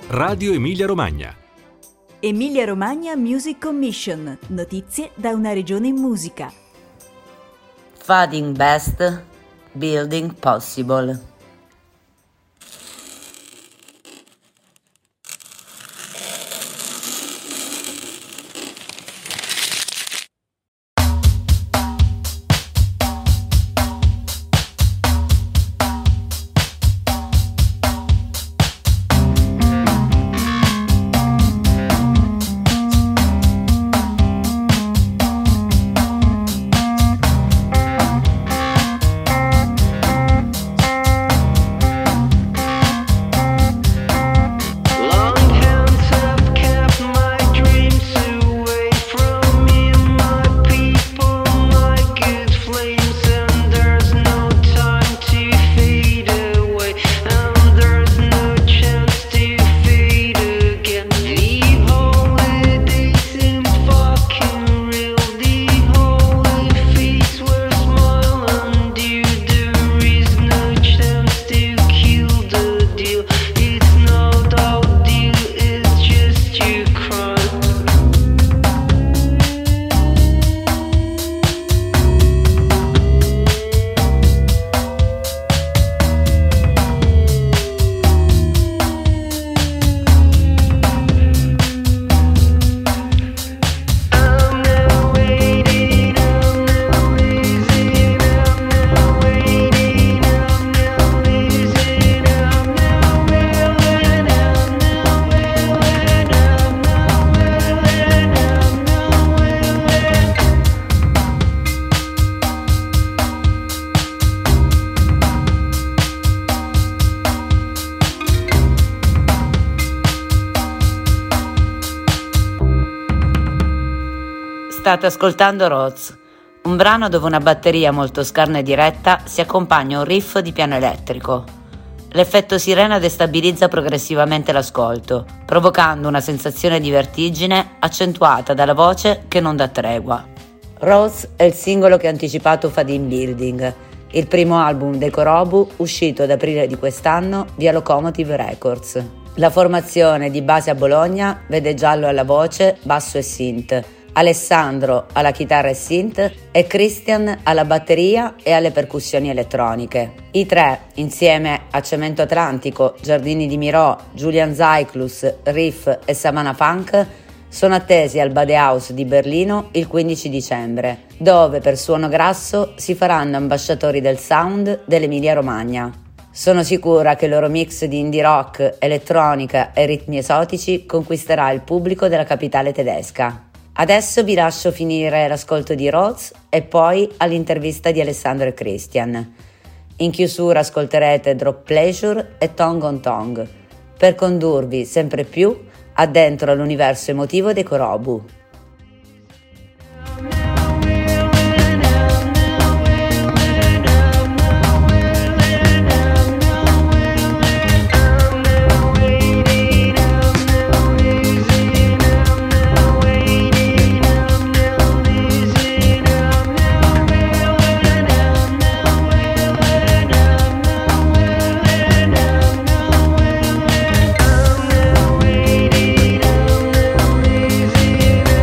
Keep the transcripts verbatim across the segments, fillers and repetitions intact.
Radio Emilia Romagna. Emilia Romagna Music Commission. Notizie da una regione in musica. Fading Best, Building Possible. State ascoltando Rhodes, un brano dove una batteria molto scarna e diretta si accompagna a un riff di piano elettrico. L'effetto sirena destabilizza progressivamente l'ascolto, provocando una sensazione di vertigine accentuata dalla voce che non dà tregua. Rhodes è il singolo che ha anticipato Fading Building, il primo album dei Korobu uscito ad aprile di quest'anno via Locomotive Records. La formazione di base a Bologna vede Giallo alla voce, basso e synth, Alessandro alla chitarra e synth e Christian alla batteria e alle percussioni elettroniche. I tre, insieme a Cemento Atlantico, Giardini di Mirò, Julian Zyklus, Riff e Savannah Funk, sono attesi al Badehaus di Berlino il quindici dicembre, dove per Suono Grasso si faranno ambasciatori del sound dell'Emilia Romagna. Sono sicura che il loro mix di indie rock, elettronica e ritmi esotici conquisterà il pubblico della capitale tedesca. Adesso vi lascio finire l'ascolto di Rhodes e poi all'intervista di Alessandro e Christian. In chiusura ascolterete Drop Pleasure e Tongue on Tongue, per condurvi sempre più addentro all'universo emotivo dei Korobu. Waiting, I'm waiting.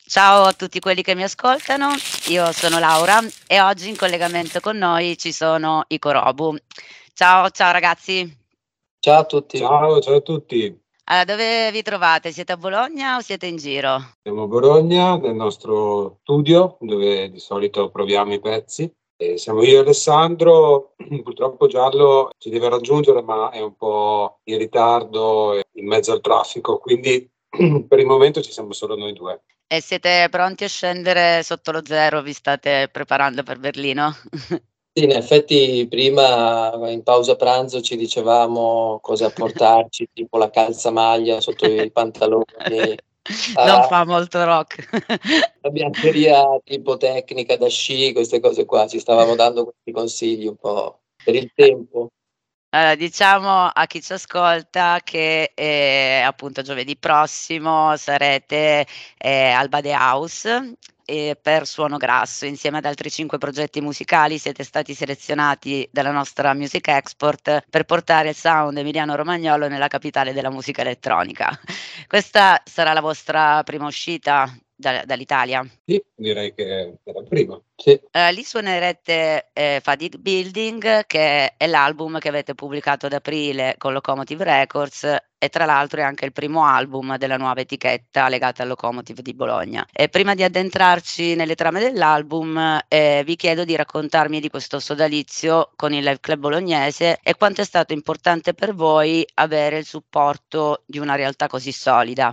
Ciao a tutti quelli che mi ascoltano, io sono Laura e oggi in collegamento con noi ci sono i Korobu. Ciao, ciao ragazzi. Ciao a tutti. Ciao, ciao a tutti. Allora, dove vi trovate? Siete a Bologna o siete in giro? Siamo a Bologna, nel nostro studio, dove di solito proviamo i pezzi. E siamo io e Alessandro. Purtroppo Giallo ci deve raggiungere, ma è un po' in ritardo e in mezzo al traffico, quindi per il momento ci siamo solo noi due. E siete pronti a scendere sotto lo zero? Vi state preparando per Berlino? Sì, in effetti prima in pausa pranzo ci dicevamo cosa portarci, tipo la calzamaglia sotto i pantaloni, Non uh, fa molto rock. la biancheria tipo tecnica da sci, queste cose qua. Ci stavamo dando questi consigli un po' per il tempo. Allora, diciamo a chi ci ascolta che eh, appunto giovedì prossimo sarete eh, al Bade House e per Suono Grasso, insieme ad altri cinque progetti musicali, siete stati selezionati dalla nostra Music Export per portare il sound emiliano-romagnolo nella capitale della musica elettronica. Questa sarà la vostra prima uscita da- dall'Italia? Sì, direi che era prima. Sì. Uh, lì suonerete eh, Fatigue Building, che è l'album che avete pubblicato ad aprile con Locomotive Records e tra l'altro è anche il primo album della nuova etichetta legata al Locomotive di Bologna. E prima di addentrarci nelle trame dell'album, eh, vi chiedo di raccontarmi di questo sodalizio con il Live Club bolognese e quanto è stato importante per voi avere il supporto di una realtà così solida.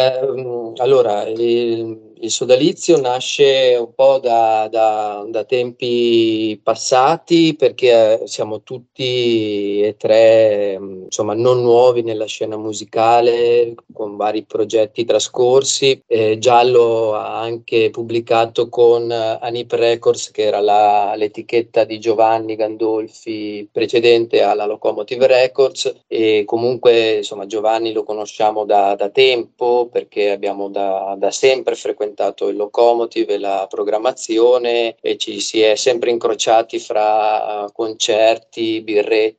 Uh, allora, il, il sodalizio nasce un po' da, da, da tempi passati, perché siamo tutti e tre, insomma, non nuovi nella scena musicale, con vari progetti trascorsi. Eh, Giallo ha anche pubblicato con Anip Records, che era la, l'etichetta di Giovanni Gandolfi precedente alla Locomotive Records, e comunque insomma Giovanni lo conosciamo da, da tempo, perché abbiamo da, da sempre frequentato il Locomotive e la programmazione e ci si è sempre incrociati fra concerti, birrette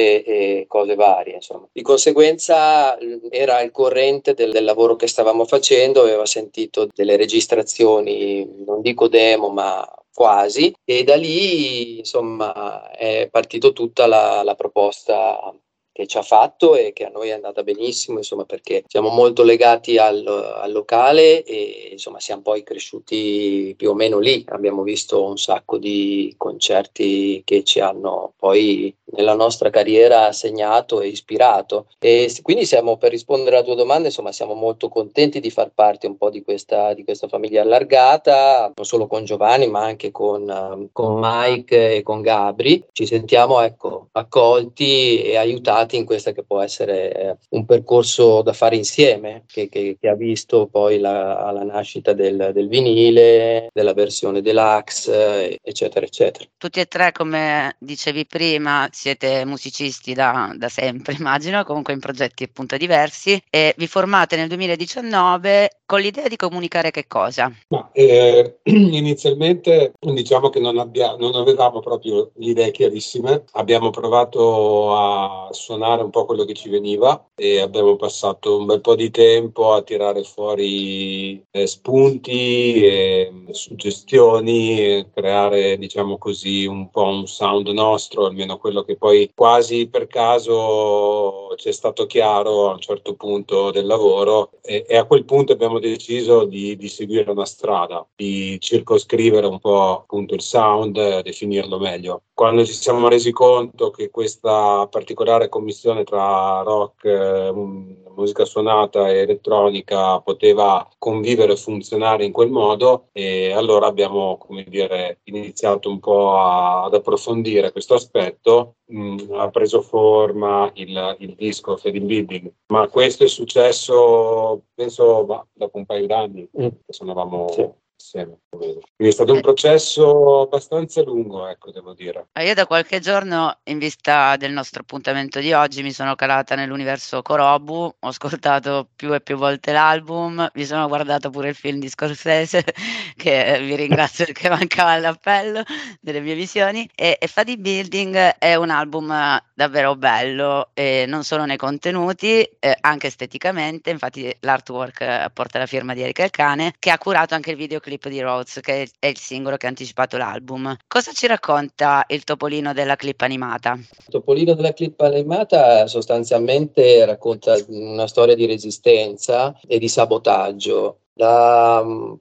e cose varie, insomma. Di conseguenza era al corrente del, del lavoro che stavamo facendo, aveva sentito delle registrazioni, non dico demo, ma quasi, e da lì insomma è partito tutta la, la proposta che ci ha fatto e che a noi è andata benissimo, insomma, perché siamo molto legati al, al locale e insomma siamo poi cresciuti più o meno lì. Abbiamo visto un sacco di concerti che ci hanno poi nella nostra carriera segnato e ispirato, e quindi siamo, per rispondere alla tua domanda, insomma siamo molto contenti di far parte un po' di questa, di questa famiglia allargata, non solo con Giovanni ma anche con, con Mike e con Gabri. Ci sentiamo, ecco, accolti e aiutati in questa che può essere un percorso da fare insieme, che, che, che ha visto poi la, la nascita del, del vinile, della versione deluxe, eccetera eccetera. Tutti e tre, come dicevi prima, siete musicisti da, da sempre, immagino, comunque in progetti appunto diversi, e vi formate nel duemiladiciannove con l'idea di comunicare che cosa? Ma, eh, inizialmente diciamo che non, abbia, non avevamo proprio le idee chiarissime, abbiamo provato a suonare un po' quello che ci veniva e abbiamo passato un bel po' di tempo a tirare fuori eh, spunti e suggestioni, e creare, diciamo così, un po' un sound nostro, almeno quello che poi quasi per caso ci è stato chiaro a un certo punto del lavoro, e, e a quel punto abbiamo deciso di, di seguire una strada, di circoscrivere un po' appunto il sound, definirlo meglio. Quando ci siamo resi conto che questa particolare commissione tra rock, eh, musica suonata e elettronica poteva convivere e funzionare in quel modo, e allora abbiamo, come dire, iniziato un po' a, ad approfondire questo aspetto. Mm, ha preso forma il, il disco Fading Building, ma questo è successo penso bah, dopo un paio d'anni mm. che suonavamo sì. insieme. Quindi è stato un processo abbastanza lungo, ecco, devo dire. Io da qualche giorno, in vista del nostro appuntamento di oggi, mi sono calata nell'universo Korobu, ho ascoltato più e più volte l'album, mi sono guardato pure il film di Scorsese, che vi ringrazio perché mancava all'appello delle mie visioni, e, e Fadi Building è un album davvero bello, eh, non solo nei contenuti, eh, anche esteticamente. Infatti l'artwork eh, porta la firma di Erika El Cane, che ha curato anche il videoclip di Rhodes, che è il singolo che ha anticipato l'album. Cosa ci racconta il topolino della clip animata? Il topolino della clip animata sostanzialmente racconta una storia di resistenza e di sabotaggio. La um,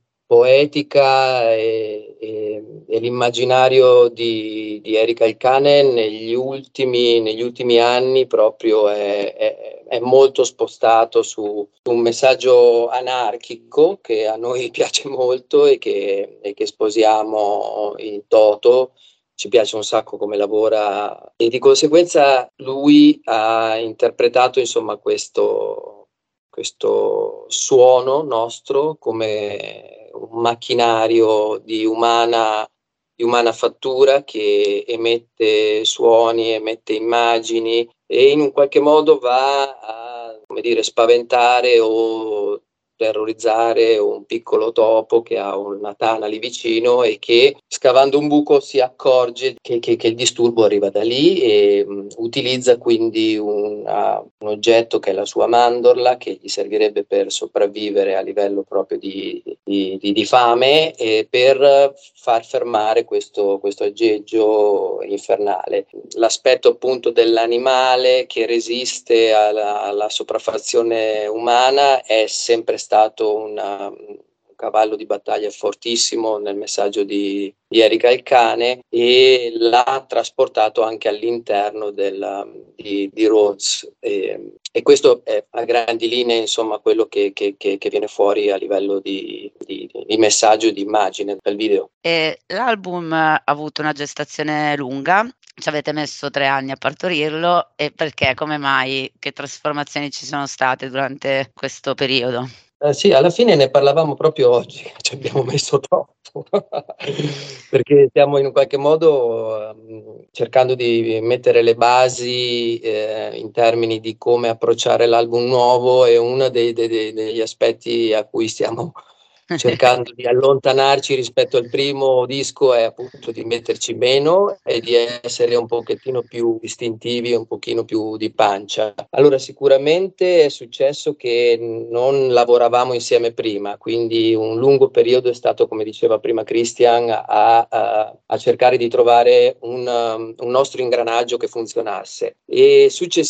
poetica e, e, e l'immaginario di, di Erika El Cane negli ultimi, negli ultimi anni proprio è, è, è molto spostato su, su un messaggio anarchico che a noi piace molto e che, e che sposiamo in toto. Ci piace un sacco come lavora e di conseguenza lui ha interpretato insomma questo, questo suono nostro come un macchinario di umana, di umana fattura che emette suoni, emette immagini e in un qualche modo va a, come dire, spaventare o terrorizzare un piccolo topo che ha una tana lì vicino e che scavando un buco si accorge che, che, che il disturbo arriva da lì e mh, utilizza quindi una, un oggetto che è la sua mandorla che gli servirebbe per sopravvivere a livello proprio di, di, di, di fame e per far fermare questo, questo aggeggio infernale. L'aspetto appunto dell'animale che resiste alla, alla sopraffazione umana è sempre stato stato una, un cavallo di battaglia fortissimo nel messaggio di, di Erika El Cane e l'ha trasportato anche all'interno della, di, di Rhodes e, e questo è a grandi linee insomma quello che, che, che, che viene fuori a livello di, di, di messaggio, di immagine del video. E l'album ha avuto una gestazione lunga, ci avete messo tre anni a partorirlo, e perché, come mai, che trasformazioni ci sono state durante questo periodo? Eh sì, alla fine ne parlavamo proprio oggi, ci abbiamo messo troppo, perché stiamo in un qualche modo um, cercando di mettere le basi eh, in termini di come approcciare l'album nuovo e uno dei, dei, dei, degli aspetti a cui stiamo cercando di allontanarci rispetto al primo disco è appunto di metterci meno e di essere un pochettino più distintivi, un pochino più di pancia. Allora sicuramente è successo che non lavoravamo insieme prima, quindi un lungo periodo è stato, come diceva prima Christian, a, a, a cercare di trovare un, um, un nostro ingranaggio che funzionasse e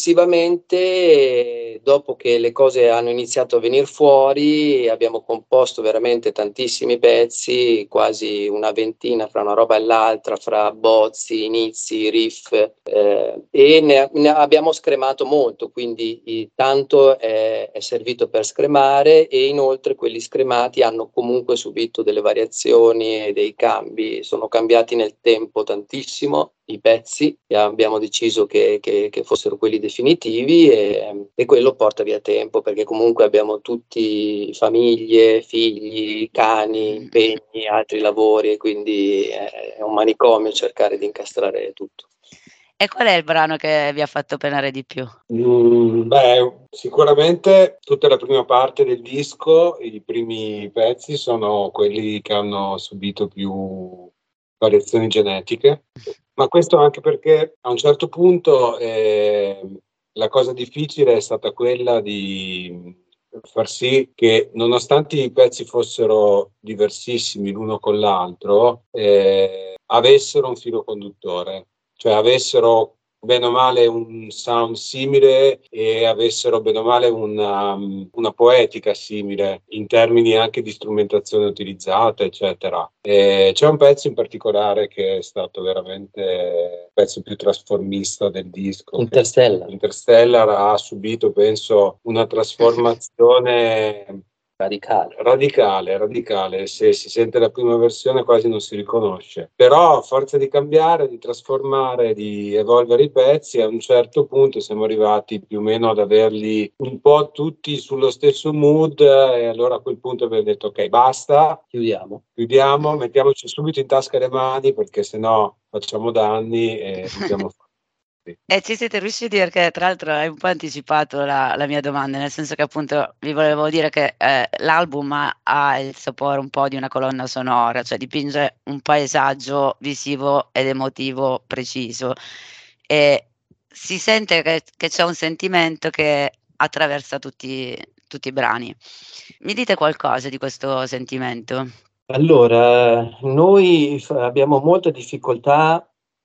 successivamente dopo che le cose hanno iniziato a venire fuori abbiamo composto veramente tantissimi pezzi, quasi una ventina fra una roba e l'altra, fra bozzi, inizi, riff eh, e ne, ne abbiamo scremato molto, quindi i, tanto è, è servito per scremare e inoltre quelli scremati hanno comunque subito delle variazioni e dei cambi, sono cambiati nel tempo tantissimo i pezzi e abbiamo deciso che, che, che fossero quelli definitivi e, e quello porta via tempo perché comunque abbiamo tutti famiglie, figli, cani, impegni, altri lavori e quindi è un manicomio cercare di incastrare tutto. E qual è il brano che vi ha fatto penare di più? Mm, beh, sicuramente tutta la prima parte del disco, i primi pezzi sono quelli che hanno subito più variazioni genetiche, ma questo anche perché a un certo punto eh, la cosa difficile è stata quella di far sì che nonostante i pezzi fossero diversissimi l'uno con l'altro, eh, avessero un filo conduttore, cioè avessero bene o male un sound simile e avessero bene o male una, una poetica simile in termini anche di strumentazione utilizzata, eccetera. E c'è un pezzo in particolare che è stato veramente il pezzo più trasformista del disco. Interstellar. Interstellar ha subito, penso, una trasformazione radicale. Radicale, radicale, se si sente la prima versione quasi non si riconosce, però a forza di cambiare, di trasformare, di evolvere i pezzi, a un certo punto siamo arrivati più o meno ad averli un po' tutti sullo stesso mood, e allora a quel punto abbiamo detto ok, basta, chiudiamo, chiudiamo, mettiamoci subito in tasca le mani perché sennò facciamo danni e buttiamo fuori. E ci siete riusciti perché tra l'altro hai un po' anticipato la la mia domanda, nel senso che appunto vi volevo dire che, ehm, l'album ha ha il sapore un po' di una colonna sonora, cioè dipinge un paesaggio visivo ed emotivo preciso e si sente che che c'è un sentimento che attraversa tutti tutti i brani. Mi dite qualcosa di questo sentimento? Allora, noi f abbiamo molta difficoltà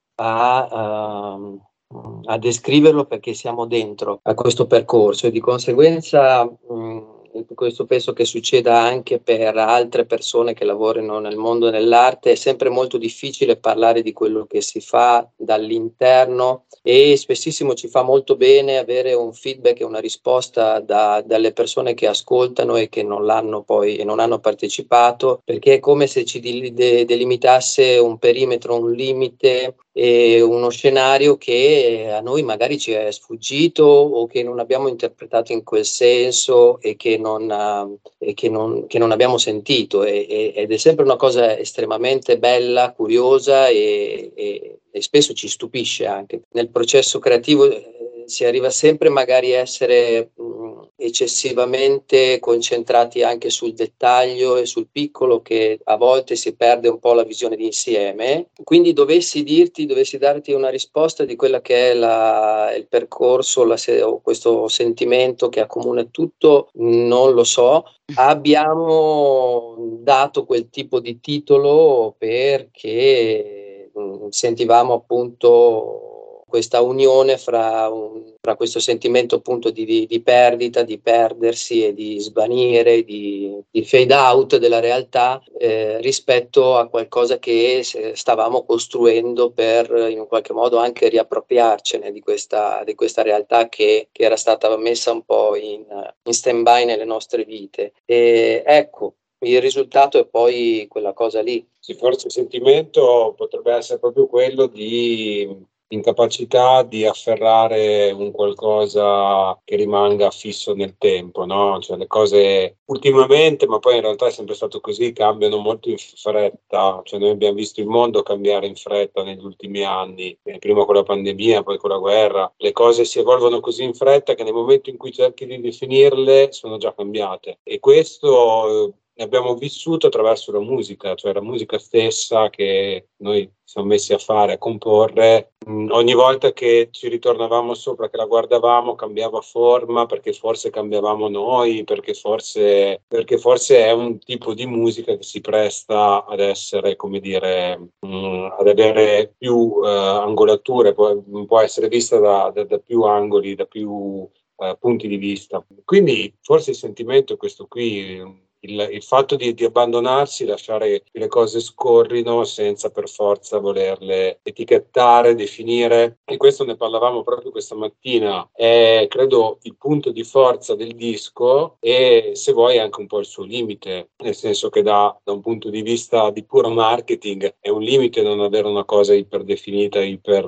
a uhm, mhmm, a descriverlo perché siamo dentro a questo percorso e di conseguenza, mhmm, questo penso che succeda anche per altre persone che lavorino nel mondo dell'arte. È sempre molto difficile parlare di quello che si fa dall'interno e spessissimo ci fa molto bene avere un feedback e una risposta da dalle persone che ascoltano e che non l'hanno poi e non hanno partecipato, perché è come se ci di de delimitasse un perimetro, un limite e uno scenario che a noi magari ci è sfuggito o che non abbiamo interpretato in quel senso e che non e che non che non abbiamo sentito e e ed è sempre una cosa estremamente bella, curiosa e e e spesso ci stupisce anche. Nel processo creativo, ehm, si arriva sempre magari a essere, mhmm, eccessivamente concentrati anche sul dettaglio e sul piccolo che a volte si perde un po' la visione d'insieme. Quindi dovessi dirti dovessi darti una risposta di quella che è la il percorso, la se o questo sentimento che accomuna tutto, non lo so. Abbiamo dato quel tipo di titolo perché, mhmm, sentivamo appunto questa unione fra un fra questo sentimento appunto di di di perdita, di perdersi e di svanire, di di fade out della realtà, ehm, rispetto a qualcosa che s stavamo costruendo per in un qualche modo anche riappropriarcene di questa di questa realtà che che era stata messa un po' in in stand-by nelle nostre vite. E ecco, il risultato è poi quella cosa lì. Sì, forse il sentimento potrebbe essere proprio quello di incapacità di afferrare un qualcosa che rimanga fisso nel tempo, no? Cioè le cose ultimamente, ma poi in realtà è sempre stato così, cambiano molto in fretta, cioè noi abbiamo visto il mondo cambiare in fretta negli ultimi anni, eh, prima con la pandemia, poi con la guerra, le cose si evolvono così in fretta che nel momento in cui cerchi di definirle sono già cambiate e questo... Eh, ne abbiamo vissuto attraverso la musica, cioè la musica stessa che noi siamo messi a fare, a comporre. Mm, ogni volta che ci ritornavamo sopra, che la guardavamo, cambiava forma, perché forse cambiavamo noi, perché forse, perché forse è un tipo di musica che si presta ad essere, come dire, mm, ad avere più eh, angolature, può, può essere vista da, da, da più angoli, da più eh, punti di vista. Quindi forse il sentimento è questo qui. Il, il fatto di, di abbandonarsi, lasciare che le cose scorrino senza per forza volerle etichettare, definire, e questo ne parlavamo proprio questa mattina, è credo il punto di forza del disco e se vuoi anche un po' il suo limite, nel senso che da, da un punto di vista di puro marketing è un limite non avere una cosa iperdefinita, iper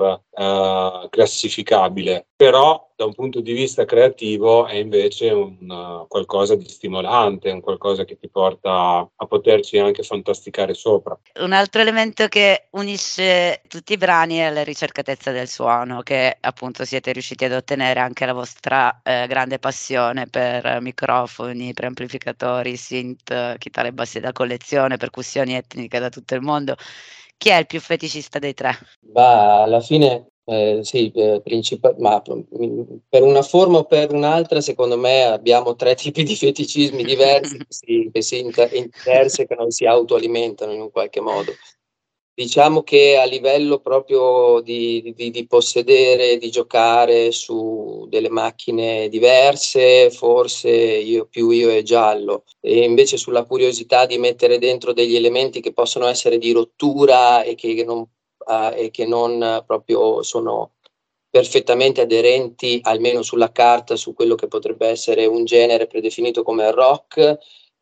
uh, classificabile, però da un punto di vista creativo è invece un uh, qualcosa di stimolante, un qualcosa che ti porta a poterci anche fantasticare sopra. Un altro elemento che unisce tutti i brani è la ricercatezza del suono, che appunto siete riusciti ad ottenere anche la vostra eh, grande passione per microfoni, per amplificatori, synth, chitarre e bassi da collezione, percussioni etniche da tutto il mondo. Chi è il più feticista dei tre? Ma alla fine eh, sì, eh, principa- ma mh, per una forma o per un'altra, secondo me abbiamo tre tipi di feticismi diversi che si, che si inter- intersecano e si autoalimentano in un qualche modo. Diciamo che a livello proprio di, di, di possedere, di giocare su delle macchine diverse, forse io più io e Giallo, e invece sulla curiosità di mettere dentro degli elementi che possono essere di rottura e che non, eh, e che non proprio sono perfettamente aderenti, almeno sulla carta, su quello che potrebbe essere un genere predefinito come rock.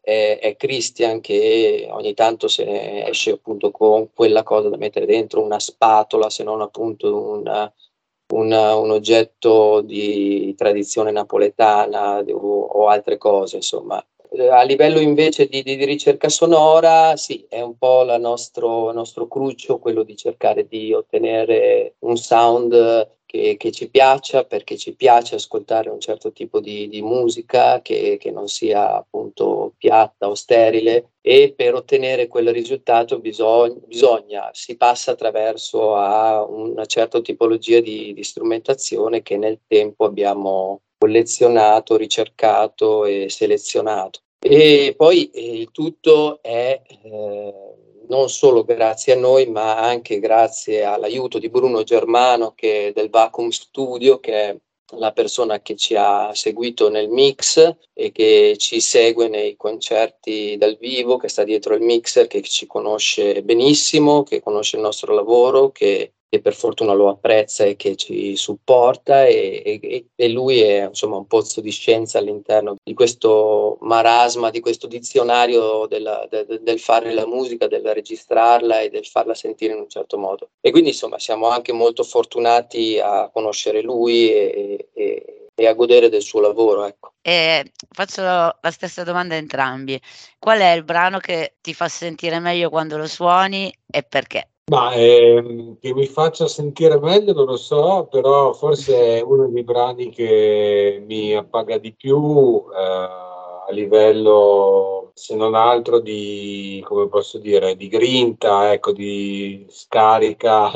è, è Christian, che ogni tanto se ne esce appunto con quella cosa da mettere dentro, una spatola, se non appunto un, un, un oggetto di tradizione napoletana o, o altre cose, insomma. A livello invece di, di, di ricerca sonora, sì, è un po' la nostro, il nostro cruccio, quello di cercare di ottenere un sound che, che ci piaccia, perché ci piace ascoltare un certo tipo di, di musica che, che non sia appunto piatta o sterile, e per ottenere quel risultato bisogna, bisogna si passa attraverso a una certa tipologia di, di strumentazione che nel tempo abbiamo collezionato, ricercato e selezionato. E poi eh, il tutto è eh, non solo grazie a noi, ma anche grazie all'aiuto di Bruno Germano, che è del Vacuum Studio, che è la persona che ci ha seguito nel mix e che ci segue nei concerti dal vivo, che sta dietro il mixer, che ci conosce benissimo, che conosce il nostro lavoro, che che per fortuna lo apprezza e che ci supporta, e, e, e lui è insomma un pozzo di scienza all'interno di questo marasma, di questo dizionario della, de, del fare la musica, del registrarla e del farla sentire in un certo modo. E quindi insomma siamo anche molto fortunati a conoscere lui e, e, e a godere del suo lavoro, ecco. E faccio la stessa domanda a entrambi. Qual è il brano che ti fa sentire meglio quando lo suoni e perché? Ma ehm, che mi faccia sentire meglio non lo so, però forse è uno dei brani che mi appaga di più eh, a livello, se non altro, di, come posso dire, di grinta, ecco, di scarica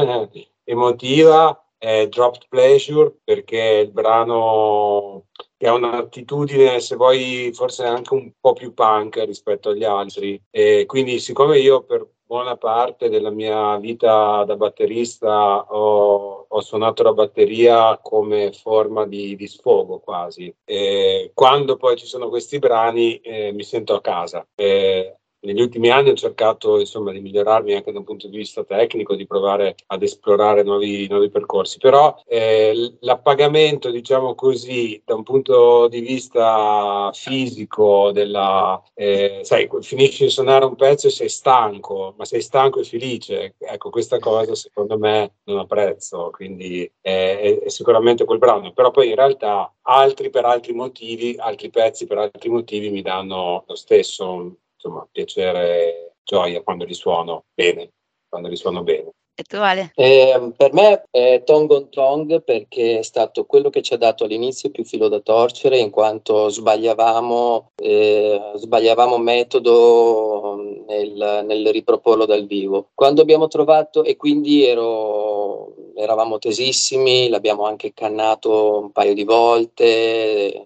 emotiva, è Dropped Pleasure, perché è il brano che ha un'attitudine, se vuoi, forse anche un po' più punk rispetto agli altri. E quindi, siccome io per buona parte della mia vita da batterista ho, ho suonato la batteria come forma di, di sfogo quasi. E quando poi ci sono questi brani eh, mi sento a casa. E negli ultimi anni ho cercato insomma di migliorarmi anche da un punto di vista tecnico, di provare ad esplorare nuovi, nuovi percorsi, però eh, l'appagamento, diciamo così, da un punto di vista fisico della, eh, sai, finisci di suonare un pezzo e sei stanco, ma sei stanco e felice, ecco, questa cosa secondo me non apprezzo, quindi è, è, è sicuramente quel brano, però poi in realtà altri per altri motivi, altri pezzi per altri motivi mi danno lo stesso, insomma, piacere, gioia quando li suono bene, quando li suono bene. E tu, Ale? Eh, per me è Tongue on Tongue, perché è stato quello che ci ha dato all'inizio più filo da torcere, in quanto sbagliavamo, eh, sbagliavamo metodo nel, nel riproporlo dal vivo. Quando abbiamo trovato, e quindi ero, eravamo tesissimi, l'abbiamo anche cannato un paio di volte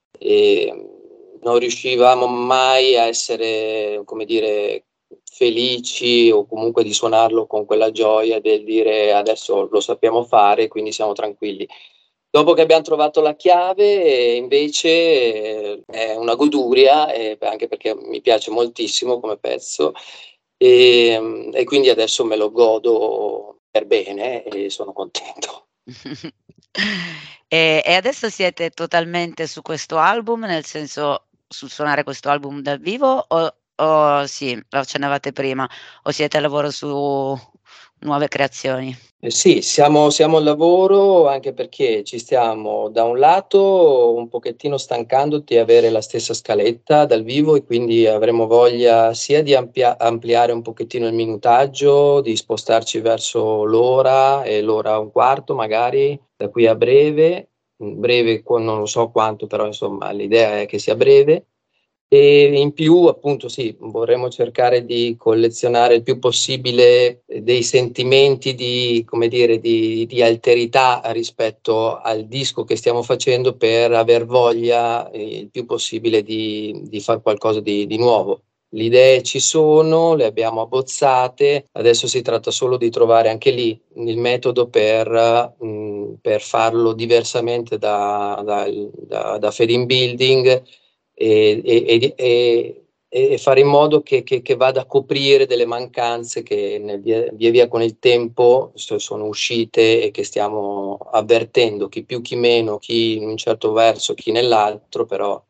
e non riuscivamo mai a essere, come dire, felici, o comunque di suonarlo con quella gioia del dire adesso lo sappiamo fare, quindi siamo tranquilli. Dopo che abbiamo trovato la chiave, invece eh, è una goduria, eh, anche perché mi piace moltissimo come pezzo, e, e quindi adesso me lo godo per bene e sono contento. e, e adesso siete totalmente su questo album, nel senso sul suonare questo album dal vivo, o, o sì, lo accennavate prima, o siete a lavoro su nuove creazioni? Eh sì, siamo, siamo al lavoro, anche perché ci stiamo da un lato un pochettino stancando di avere la stessa scaletta dal vivo, e quindi avremo voglia sia di ampia- ampliare un pochettino il minutaggio, di spostarci verso l'ora e l'ora e un quarto magari da qui a breve, breve non lo so quanto, però insomma l'idea è che sia breve. E in più, appunto, sì, vorremmo cercare di collezionare il più possibile dei sentimenti di, come dire, di, di alterità rispetto al disco che stiamo facendo, per aver voglia eh, il più possibile di, di fare qualcosa di, di nuovo. Le idee ci sono, le abbiamo abbozzate, adesso si tratta solo di trovare anche lì il metodo per, mh, per farlo diversamente da, da, da, da Fade in Building, e, e, e, e fare in modo che, che, che vada a coprire delle mancanze che nel via, via via con il tempo sono uscite e che stiamo avvertendo, chi più chi meno, chi in un certo verso, chi nell'altro, però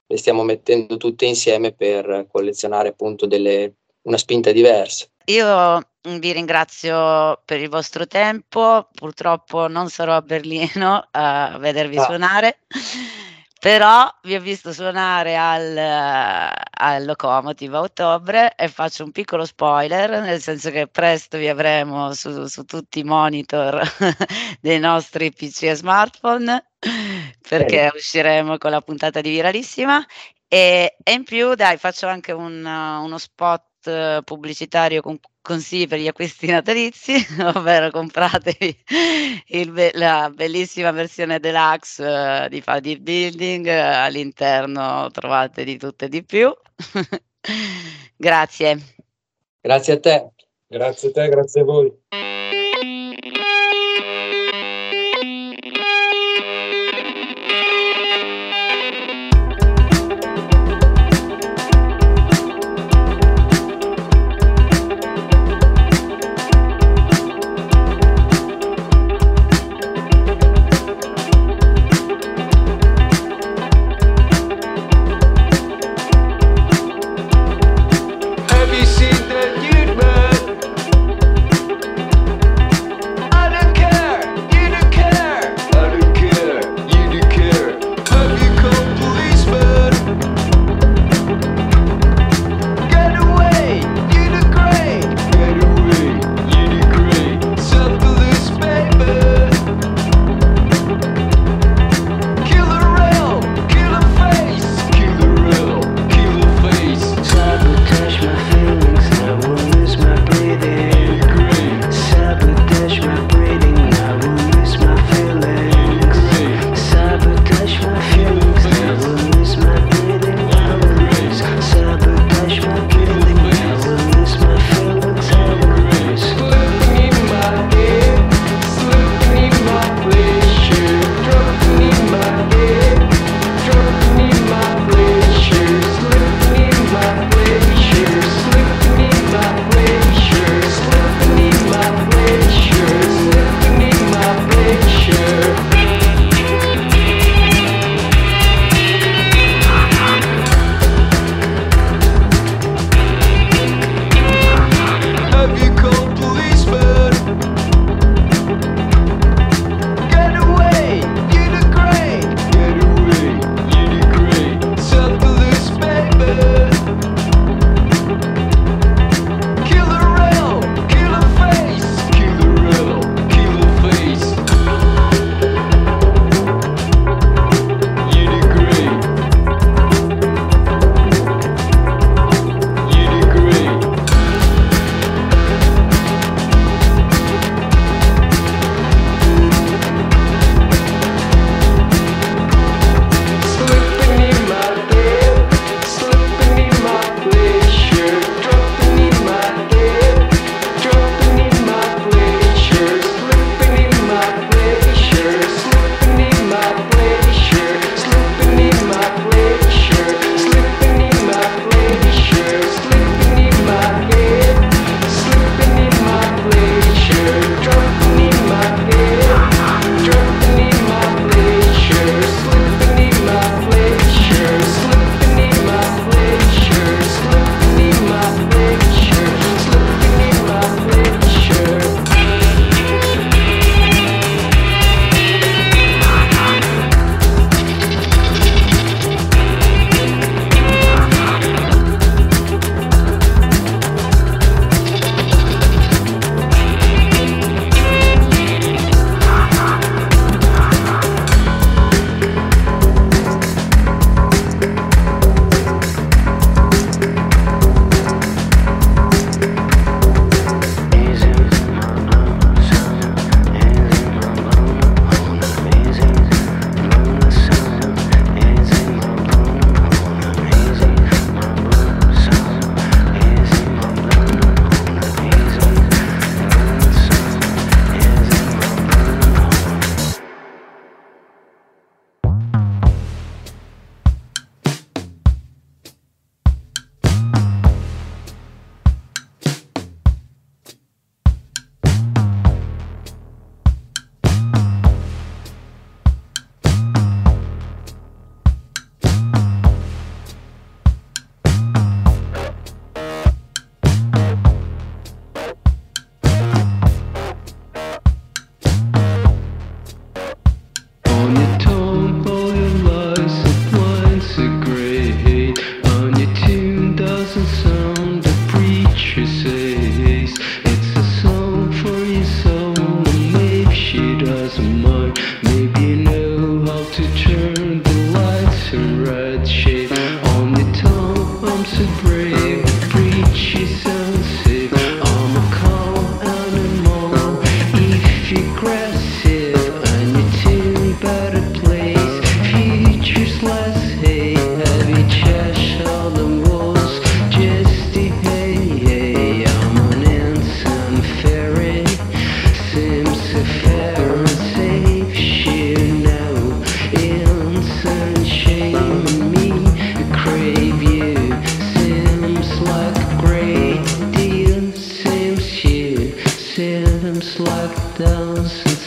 le stiamo mettendo tutte insieme per collezionare appunto delle, una spinta diversa. Io vi ringrazio per il vostro tempo, purtroppo non sarò a Berlino a vedervi Ah. suonare, però vi ho visto suonare al, al Locomotive a ottobre e faccio un piccolo spoiler, nel senso che presto vi avremo su, su tutti i monitor dei nostri P C e smartphone, perché Bene. usciremo con la puntata di Viralissima. E, e in più, dai, faccio anche un, uno spot pubblicitario con consigli per gli acquisti natalizi, ovvero compratevi il be- la bellissima versione deluxe uh, di Five D Building, uh, all'interno trovate di tutto e di più. Grazie. Grazie a te. Grazie a te, grazie a voi. Have you seen the dude man? cocktails.